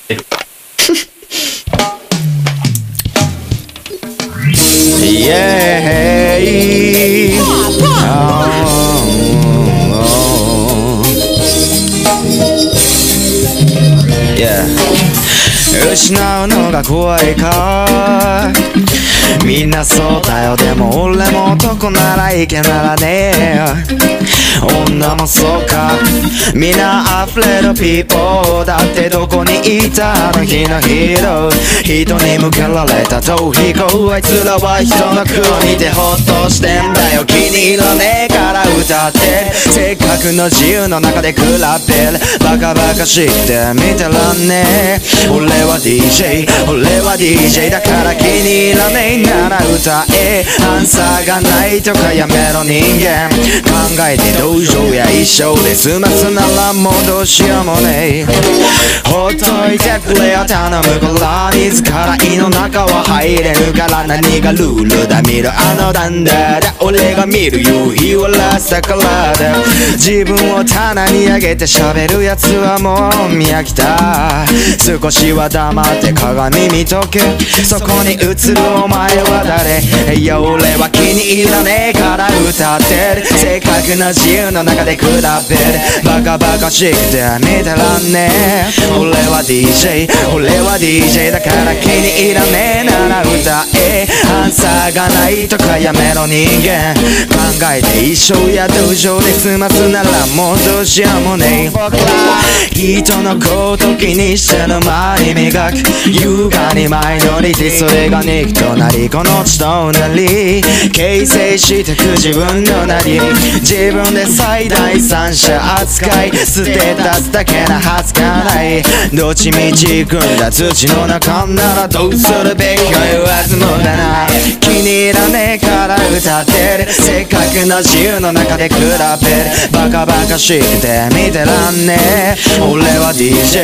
出る。 イエーイ失うのが怖いかみんなそうだよでも俺も男ならいけならねえ女もそうかみんな溢れるピーポーだってどこにいたあの日のヒーロー人に向けられた逃避行あいつらは人の苦を見てホッとしてんだよ気に入らねえから歌ってせっかくの自由の中で比べるバカバカしくて見てらんねえ俺は DJ だから気に入らねえなら歌えアンサーがないとかやめろ人間考えて道場や一生で済ますならもうどうしようもねえほっといてくれよ頼むから自ら胃の中は入れるから何がルールだ見るあの段だ俺が見る夕日はラストからだ自分を棚に上げて喋るやつはもう見飽きた少しは黙って鏡見とけそこに映るお前は誰いや俺は気に入らねえから歌ってるせっかくの自由の中で比べるバカバカしくて見てらんねえ俺は DJ だから気に入らねえなら歌えアンサーがないとかやめろ人間考えて一生や道場で済ますならもうどうしようもねえ僕ら人のこと気にしてる前に磨く優雅にマイノリティそれが肉となりこの血となり形成してく自分のなり自分で最大三者扱いステータスだけなはずがないどっちみち行くんだ土の中ならどうするべきか言わずもだな気に入らねえから歌ってるせっかくの自由の中で比べるバカバカしくて見てらんねえ俺は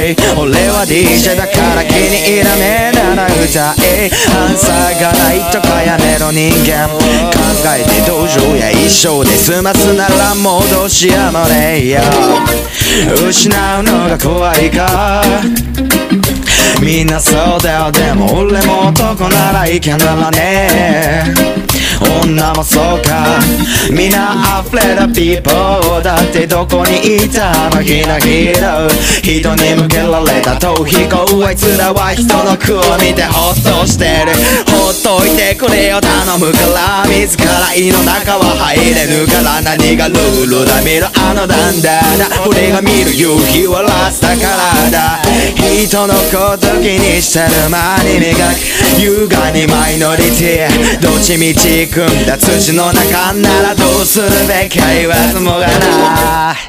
DJ だから気に入らねえなら歌えアンサーがないとかやめろ人間考えて道場や一生で済ますならもうどうしようもねえよ失うのが怖いかみんなそうだよでも俺も男ならいけならねえ女もそうかみんな溢れるピーポーだってどこにいたあの日のヒーロー人に向けられた逃避行あいつらは人の苦を見てホッとしてるほっといてくれよ頼むから自ら胃の中は入れぬから何がルールだ見るあの段だ俺が見る夕日はラストからだ人のこと気にしてる間に磨く優雅にマイノリティどっちみち行くんだ土の中ならどうするべきか言わずもがな